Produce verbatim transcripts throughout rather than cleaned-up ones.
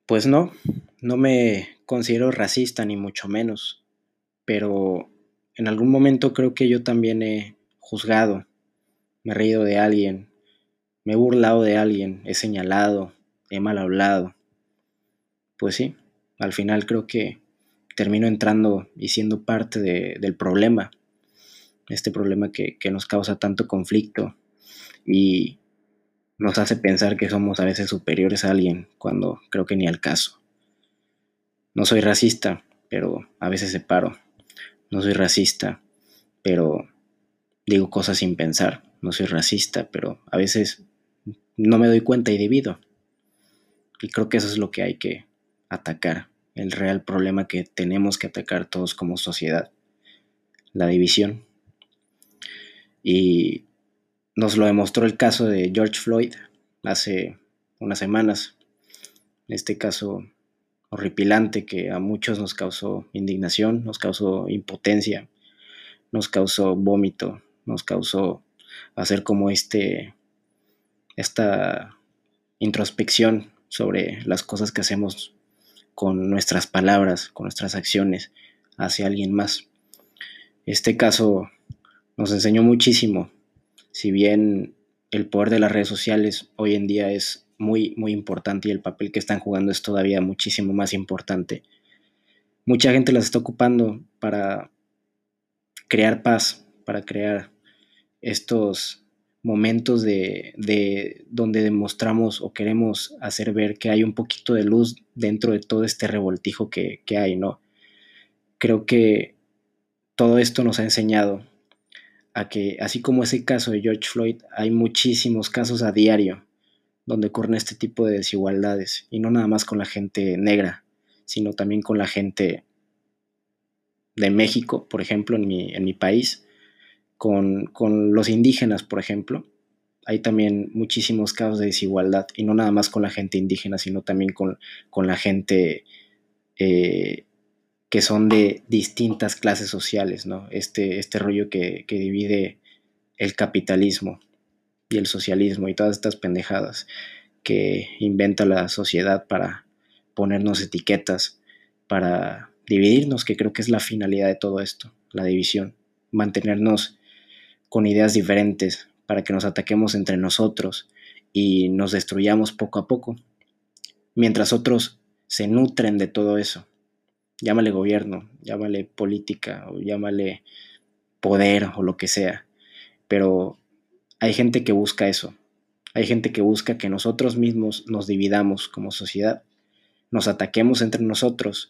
Pues no, no me considero racista ni mucho menos, pero en algún momento creo que yo también he juzgado, me he reído de alguien, me he burlado de alguien, he señalado, he mal hablado. Pues sí, al final creo que termino entrando y siendo parte de- del problema, este problema que, que nos causa tanto conflicto y nos hace pensar que somos a veces superiores a alguien cuando creo que ni al caso. No soy racista, pero a veces separo. No soy racista, pero digo cosas sin pensar. No soy racista, pero a veces no me doy cuenta y divido. Y creo que eso es lo que hay que atacar, el real problema que tenemos que atacar todos como sociedad, la división. Y nos lo demostró el caso de George Floyd hace unas semanas. Este caso horripilante que a muchos nos causó indignación, nos causó impotencia, nos causó vómito, nos causó hacer como este, esta introspección sobre las cosas que hacemos con nuestras palabras, con nuestras acciones hacia alguien más. Este caso nos enseñó muchísimo, si bien el poder de las redes sociales hoy en día es muy, muy importante y el papel que están jugando es todavía muchísimo más importante. Mucha gente las está ocupando para crear paz, para crear estos momentos de, de donde demostramos o queremos hacer ver que hay un poquito de luz dentro de todo este revoltijo que, que hay, ¿no? Creo que todo esto nos ha enseñado a que, así como ese caso de George Floyd, hay muchísimos casos a diario donde ocurren este tipo de desigualdades, y no nada más con la gente negra, sino también con la gente de México, por ejemplo, en mi, en mi país, con, con los indígenas, por ejemplo. Hay también muchísimos casos de desigualdad, y no nada más con la gente indígena, sino también con, con la gente eh, que son de distintas clases sociales, ¿no? Este, este rollo que, que divide el capitalismo y el socialismo y todas estas pendejadas que inventa la sociedad para ponernos etiquetas, para dividirnos, que creo que es la finalidad de todo esto, la división, mantenernos con ideas diferentes para que nos ataquemos entre nosotros y nos destruyamos poco a poco, mientras otros se nutren de todo eso. Llámale gobierno, llámale política o llámale poder o lo que sea, pero hay gente que busca eso. Hay gente que busca que nosotros mismos nos dividamos como sociedad, nos ataquemos entre nosotros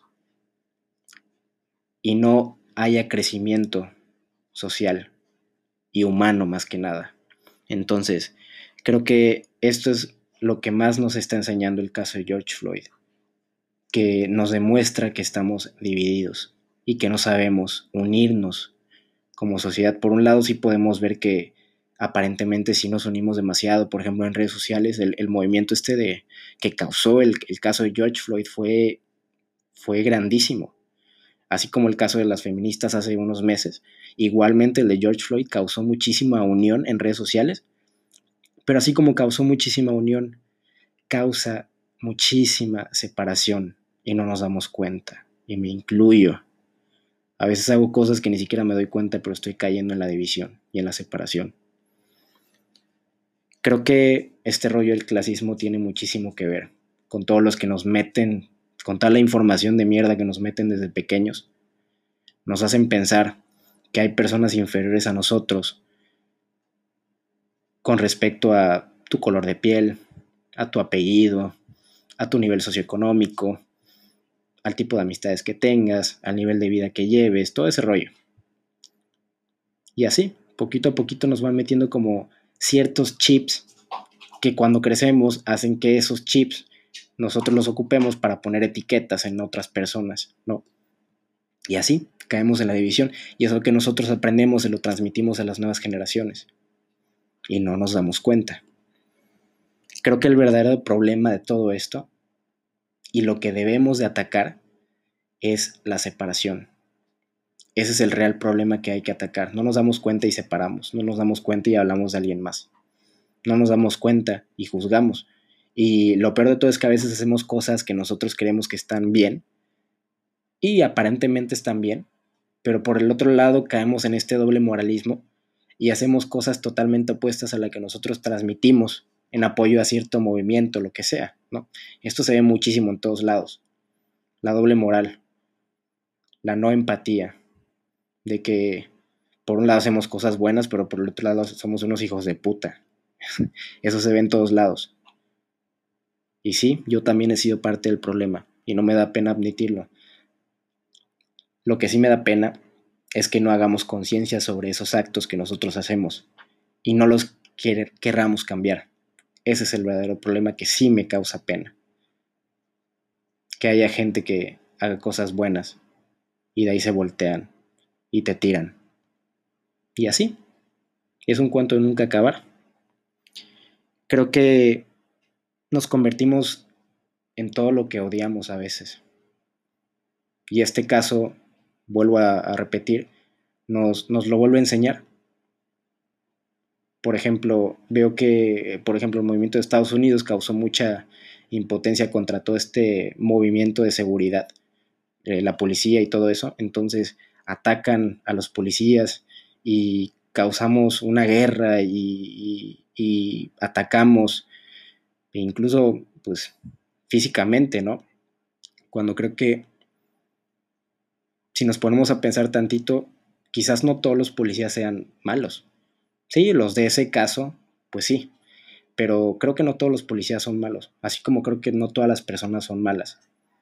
y no haya crecimiento social y humano más que nada. Entonces, creo que esto es lo que más nos está enseñando el caso de George Floyd, que nos demuestra que estamos divididos y que no sabemos unirnos como sociedad. Por un lado, sí podemos ver que aparentemente sí nos unimos demasiado, por ejemplo, en redes sociales, el, el movimiento este de que causó el, el caso de George Floyd fue, fue grandísimo, así como el caso de las feministas hace unos meses. Igualmente el de George Floyd causó muchísima unión en redes sociales, pero así como causó muchísima unión, causa muchísima separación y no nos damos cuenta, y me incluyo. A veces hago cosas que ni siquiera me doy cuenta, pero estoy cayendo en la división y en la separación. Creo que este rollo del clasismo tiene muchísimo que ver con todos los que nos meten, con toda la información de mierda que nos meten desde pequeños. Nos hacen pensar que hay personas inferiores a nosotros con respecto a tu color de piel, a tu apellido, a tu nivel socioeconómico, al tipo de amistades que tengas, al nivel de vida que lleves, todo ese rollo. Y así, poquito a poquito nos van metiendo como ciertos chips que cuando crecemos hacen que esos chips nosotros los ocupemos para poner etiquetas en otras personas, ¿no? Y así caemos en la división, y eso que nosotros aprendemos se lo transmitimos a las nuevas generaciones y no nos damos cuenta. Creo que el verdadero problema de todo esto y lo que debemos de atacar es la separación. Ese es el real problema que hay que atacar. No nos damos cuenta y separamos, no nos damos cuenta y hablamos de alguien más. No nos damos cuenta y juzgamos. Y lo peor de todo es que a veces hacemos cosas que nosotros creemos que están bien y aparentemente están bien, pero por el otro lado caemos en este doble moralismo y hacemos cosas totalmente opuestas a la que nosotros transmitimos en apoyo a cierto movimiento, lo que sea, ¿no? Esto se ve muchísimo en todos lados. La doble moral, la no empatía, de que por un lado hacemos cosas buenas, pero por el otro lado somos unos hijos de puta. Eso se ve en todos lados. Y sí, yo también he sido parte del problema y no me da pena admitirlo. Lo que sí me da pena es que no hagamos conciencia sobre esos actos que nosotros hacemos y no los quer querramos cambiar. Ese es el verdadero problema que sí me causa pena. Que haya gente que haga cosas buenas y de ahí se voltean y te tiran. Y así, es un cuento de nunca acabar. Creo que nos convertimos en todo lo que odiamos a veces. Y este caso, vuelvo a, a repetir, nos, nos lo vuelve a enseñar. Por ejemplo, veo que, por ejemplo, el movimiento de Estados Unidos causó mucha impotencia contra todo este movimiento de seguridad, eh, la policía y todo eso. Entonces atacan a los policías y causamos una guerra y, y, y atacamos, e incluso, pues, físicamente, ¿no? Cuando creo que si nos ponemos a pensar tantito, quizás no todos los policías sean malos. Sí, los de ese caso, pues sí, pero creo que no todos los policías son malos, así como creo que no todas las personas son malas.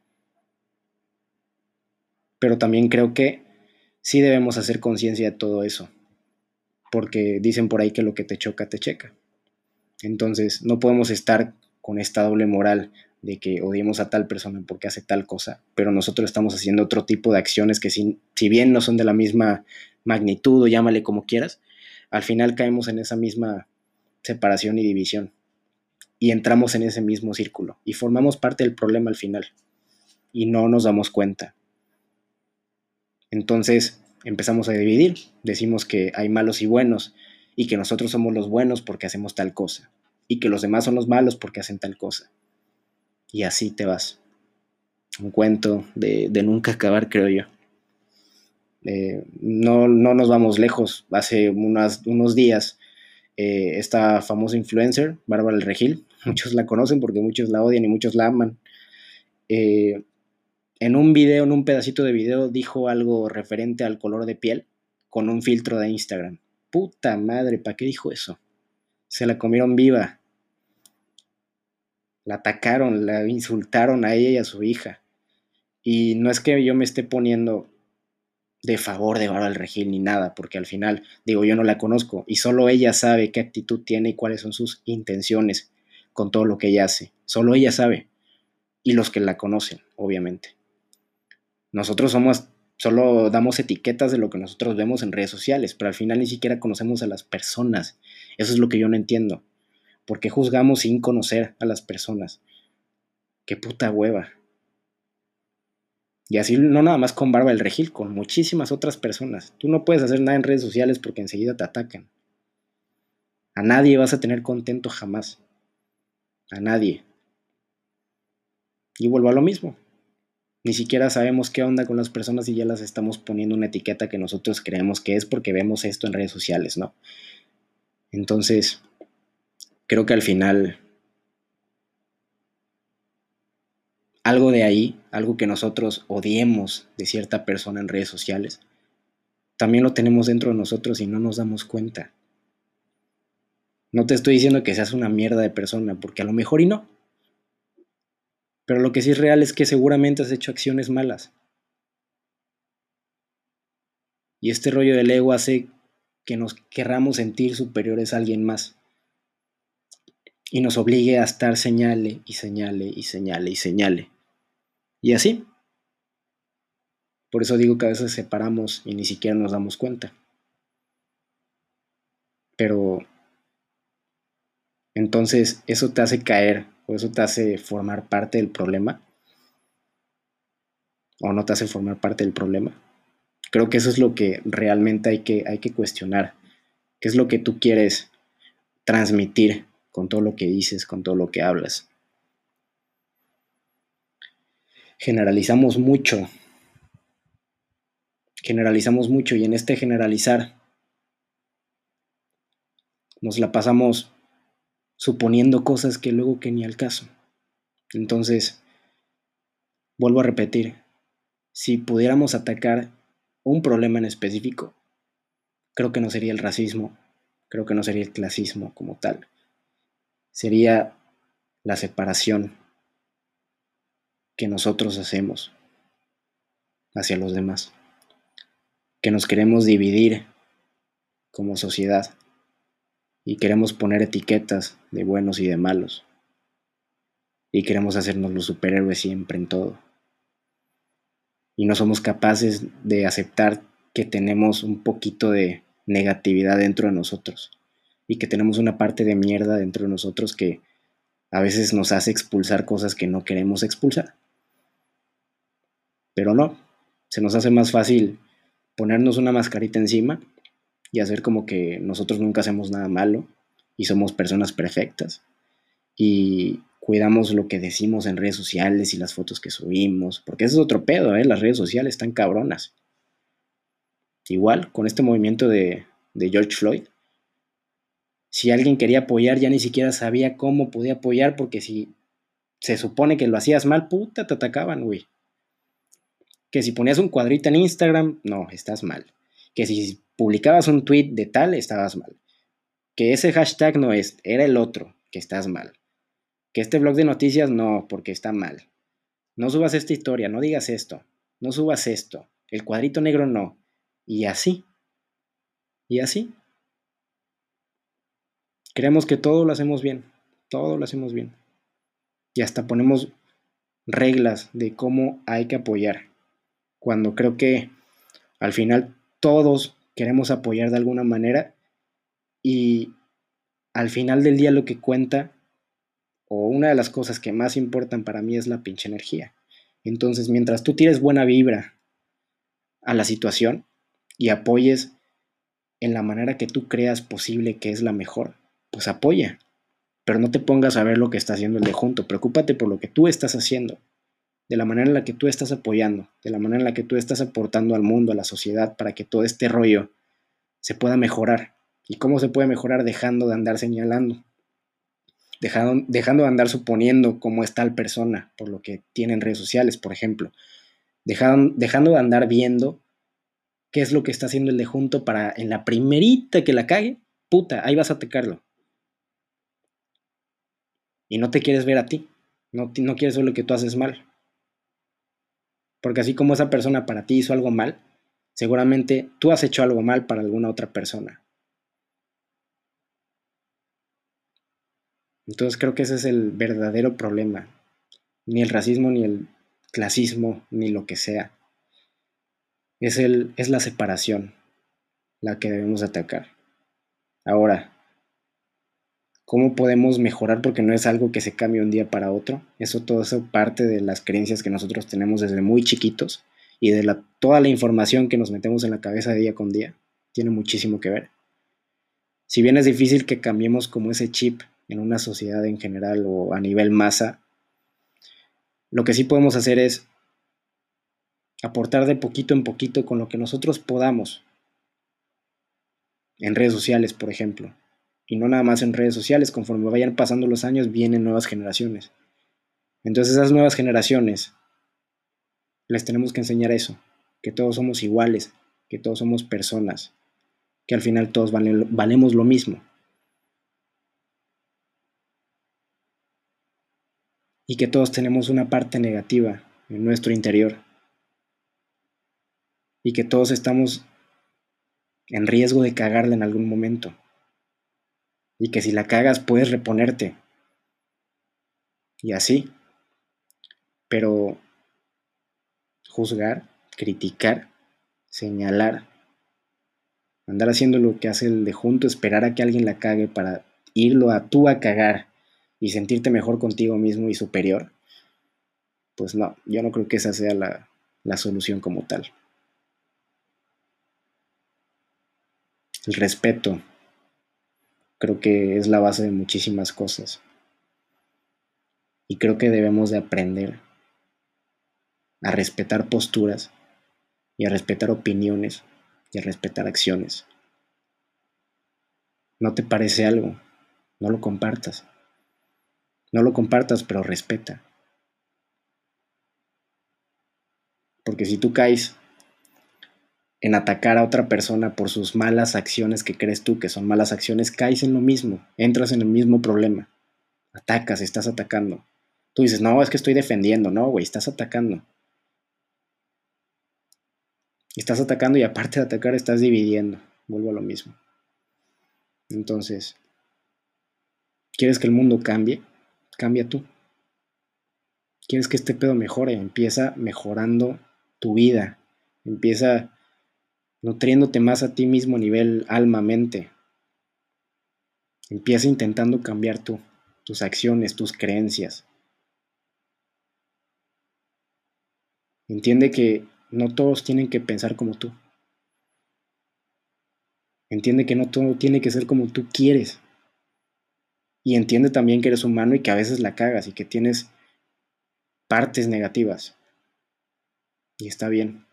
Pero también creo que sí debemos hacer conciencia de todo eso, porque dicen por ahí que lo que te choca, te checa. Entonces, no podemos estar con esta doble moral de que odiemos a tal persona porque hace tal cosa, pero nosotros estamos haciendo otro tipo de acciones que si, si bien no son de la misma magnitud o llámale como quieras, al final caemos en esa misma separación y división y entramos en ese mismo círculo y formamos parte del problema al final y no nos damos cuenta. Entonces empezamos a dividir, decimos que hay malos y buenos y que nosotros somos los buenos porque hacemos tal cosa y que los demás son los malos porque hacen tal cosa. Y así te vas. Un cuento de, de nunca acabar, creo yo. Eh, no, no nos vamos lejos. Hace unas, unos días, eh, esta famosa influencer, Bárbara del Regil, muchos la conocen porque muchos la odian y muchos la aman. Eh, en un video, en un pedacito de video, dijo algo referente al color de piel con un filtro de Instagram. Puta madre, ¿para qué dijo eso? Se la comieron viva. La atacaron, la insultaron a ella y a su hija. Y no es que yo me esté poniendo de favor de Bárbara Regil ni nada, porque al final, digo, yo no la conozco y solo ella sabe qué actitud tiene y cuáles son sus intenciones con todo lo que ella hace. Solo ella sabe y los que la conocen, obviamente. Nosotros somos, solo damos etiquetas de lo que nosotros vemos en redes sociales, pero al final ni siquiera conocemos a las personas. Eso es lo que yo no entiendo. ¿Por qué juzgamos sin conocer a las personas? Qué puta hueva. Y así no nada más con Bárbara del Regil, con muchísimas otras personas. Tú no puedes hacer nada en redes sociales porque enseguida te atacan. A nadie vas a tener contento jamás. A nadie. Y vuelvo a lo mismo. Ni siquiera sabemos qué onda con las personas y ya las estamos poniendo una etiqueta que nosotros creemos que es porque vemos esto en redes sociales, ¿no? Entonces, creo que al final algo de ahí, algo que nosotros odiemos de cierta persona en redes sociales, también lo tenemos dentro de nosotros y no nos damos cuenta. No te estoy diciendo que seas una mierda de persona, porque a lo mejor y no. Pero lo que sí es real es que seguramente has hecho acciones malas. Y este rollo del ego hace que nos querramos sentir superiores a alguien más. Y nos obligue a estar señale y señale y señale y señale. Y así. Por eso digo que a veces separamos y ni siquiera nos damos cuenta. Pero entonces eso te hace caer o eso te hace formar parte del problema o no te hace formar parte del problema. Creo que eso es lo que realmente hay que, hay que cuestionar. ¿Qué es lo que tú quieres transmitir con todo lo que dices, con todo lo que hablas? generalizamos mucho, generalizamos mucho y en este generalizar nos la pasamos suponiendo cosas que luego que ni al caso. Entonces, vuelvo a repetir, si pudiéramos atacar un problema en específico, creo que no sería el racismo, creo que no sería el clasismo como tal, sería la separación que nosotros hacemos hacia los demás, que nos queremos dividir como sociedad y queremos poner etiquetas de buenos y de malos y queremos hacernos los superhéroes siempre en todo y no somos capaces de aceptar que tenemos un poquito de negatividad dentro de nosotros y que tenemos una parte de mierda dentro de nosotros que a veces nos hace expulsar cosas que no queremos expulsar. Pero no, se nos hace más fácil ponernos una mascarita encima y hacer como que nosotros nunca hacemos nada malo y somos personas perfectas y cuidamos lo que decimos en redes sociales y las fotos que subimos, porque eso es otro pedo, ¿eh? Las redes sociales están cabronas. Igual, con este movimiento de, de George Floyd, si alguien quería apoyar ya ni siquiera sabía cómo podía apoyar porque si se supone que lo hacías mal, puta, te atacaban, güey. Que si ponías un cuadrito en Instagram, no, estás mal. Que si publicabas un tweet de tal, estabas mal. Que ese hashtag no es, era el otro, que estás mal. Que este blog de noticias no, porque está mal. No subas esta historia, no digas esto, no subas esto, el cuadrito negro no. Y así, y así. Creemos que todo lo hacemos bien, todo lo hacemos bien. Y hasta ponemos reglas de cómo hay que apoyar. Cuando creo que al final todos queremos apoyar de alguna manera y al final del día lo que cuenta o una de las cosas que más importan para mí es la pinche energía. Entonces, mientras tú tires buena vibra a la situación y apoyes en la manera que tú creas posible que es la mejor, pues apoya. Pero no te pongas a ver lo que está haciendo el de junto. Preocúpate por lo que tú estás haciendo, de la manera en la que tú estás apoyando, de la manera en la que tú estás aportando al mundo, a la sociedad, para que todo este rollo se pueda mejorar. ¿Y cómo se puede mejorar? Dejando de andar señalando, dejando, dejando de andar suponiendo cómo es tal persona por lo que tiene en redes sociales, por ejemplo. Dejando, dejando de andar viendo qué es lo que está haciendo el de junto para en la primerita que la cague, puta, ahí vas a atacarlo. Y no te quieres ver a ti, no, no quieres ver lo que tú haces mal. Porque así como esa persona para ti hizo algo mal, seguramente tú has hecho algo mal para alguna otra persona. Entonces creo que ese es el verdadero problema. Ni el racismo, ni el clasismo, ni lo que sea. Es, el, es la separación la que debemos atacar. Ahora, ¿cómo podemos mejorar? Porque no es algo que se cambie un día para otro. Eso todo eso parte de las creencias que nosotros tenemos desde muy chiquitos y de la, toda la información que nos metemos en la cabeza día con día. Tiene muchísimo que ver. Si bien es difícil que cambiemos como ese chip en una sociedad en general o a nivel masa, lo que sí podemos hacer es aportar de poquito en poquito con lo que nosotros podamos en redes sociales, por ejemplo. Y no nada más en redes sociales, conforme vayan pasando los años vienen nuevas generaciones. Entonces esas nuevas generaciones les tenemos que enseñar eso, que todos somos iguales, que todos somos personas, que al final todos vale, valemos lo mismo y que todos tenemos una parte negativa en nuestro interior y que todos estamos en riesgo de cagarla en algún momento y que si la cagas puedes reponerte y así, pero juzgar, criticar, señalar, andar haciendo lo que hace el de junto, esperar a que alguien la cague para irlo a tú a cagar y sentirte mejor contigo mismo y superior, pues no, yo no creo que esa sea la, la solución como tal. El respeto creo que es la base de muchísimas cosas y creo que debemos de aprender a respetar posturas y a respetar opiniones y a respetar acciones. ¿No te parece algo? No lo compartas. No lo compartas, pero respeta. Porque si tú caes en atacar a otra persona por sus malas acciones que crees tú que son malas acciones, caes en lo mismo, entras en el mismo problema. Atacas, estás atacando. Tú dices, no, es que estoy defendiendo. No, güey, estás atacando. Estás atacando y aparte de atacar estás dividiendo. Vuelvo a lo mismo. Entonces, ¿quieres que el mundo cambie? Cambia tú. ¿Quieres que este pedo mejore? Empieza mejorando tu vida. Empieza nutriéndote más a ti mismo a nivel alma-mente. Empieza intentando cambiar tú, tus acciones, tus creencias. Entiende que no todos tienen que pensar como tú. Entiende que no todo tiene que ser como tú quieres. Y entiende también que eres humano y que a veces la cagas y que tienes partes negativas. Y está bien.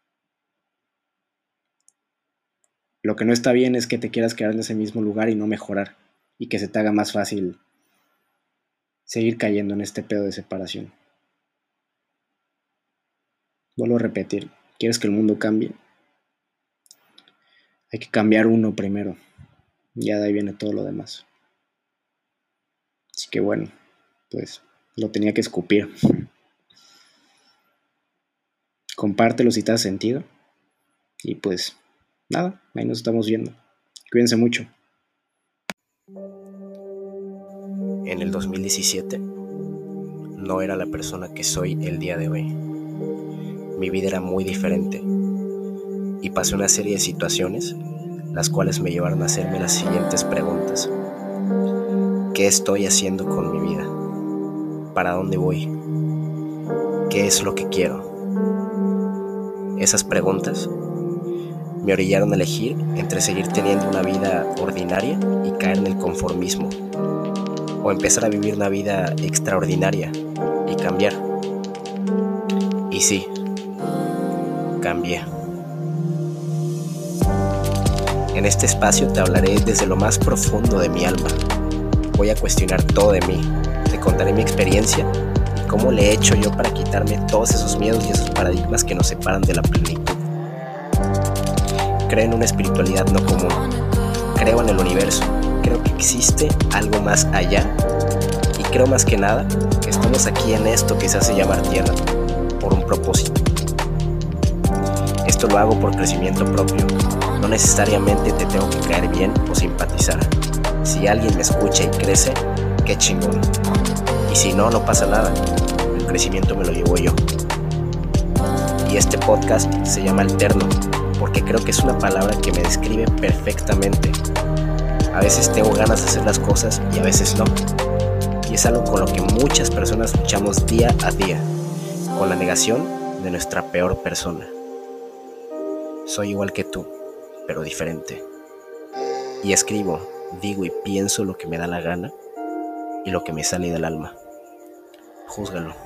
Lo que no está bien es que te quieras quedar en ese mismo lugar y no mejorar. Y que se te haga más fácil seguir cayendo en este pedo de separación. Vuelvo a repetir, ¿quieres que el mundo cambie? Hay que cambiar uno primero. Ya de ahí viene todo lo demás. Así que bueno, pues lo tenía que escupir. Compártelo si te has sentido. Y pues nada, ahí nos estamos viendo. Cuídense mucho. En el dos mil diecisiete no era la persona que soy el día de hoy. Mi vida era muy diferente y pasé una serie de situaciones las cuales me llevaron a hacerme las siguientes preguntas. ¿Qué estoy haciendo con mi vida? ¿Para dónde voy? ¿Qué es lo que quiero? Esas preguntas me orillaron a elegir entre seguir teniendo una vida ordinaria y caer en el conformismo, o empezar a vivir una vida extraordinaria y cambiar. Y sí, cambié. En este espacio te hablaré desde lo más profundo de mi alma. Voy a cuestionar todo de mí. Te contaré mi experiencia y cómo le he hecho yo para quitarme todos esos miedos y esos paradigmas que nos separan de la plenitud. Creo en una espiritualidad no común. Creo en el universo. Creo que existe algo más allá. Y creo más que nada que estamos aquí en esto que se hace llamar tierra, por un propósito. Esto lo hago por crecimiento propio. No necesariamente te tengo que caer bien o simpatizar. Si alguien me escucha y crece, qué chingón. Y si no, no pasa nada. El crecimiento me lo llevo yo. Y este podcast se llama Alterno, porque creo que es una palabra que me describe perfectamente. A veces tengo ganas de hacer las cosas y a veces no. Y es algo con lo que muchas personas luchamos día a día, con la negación de nuestra peor persona. Soy igual que tú, pero diferente. Y escribo, digo y pienso lo que me da la gana y lo que me sale del alma. Júzgalo.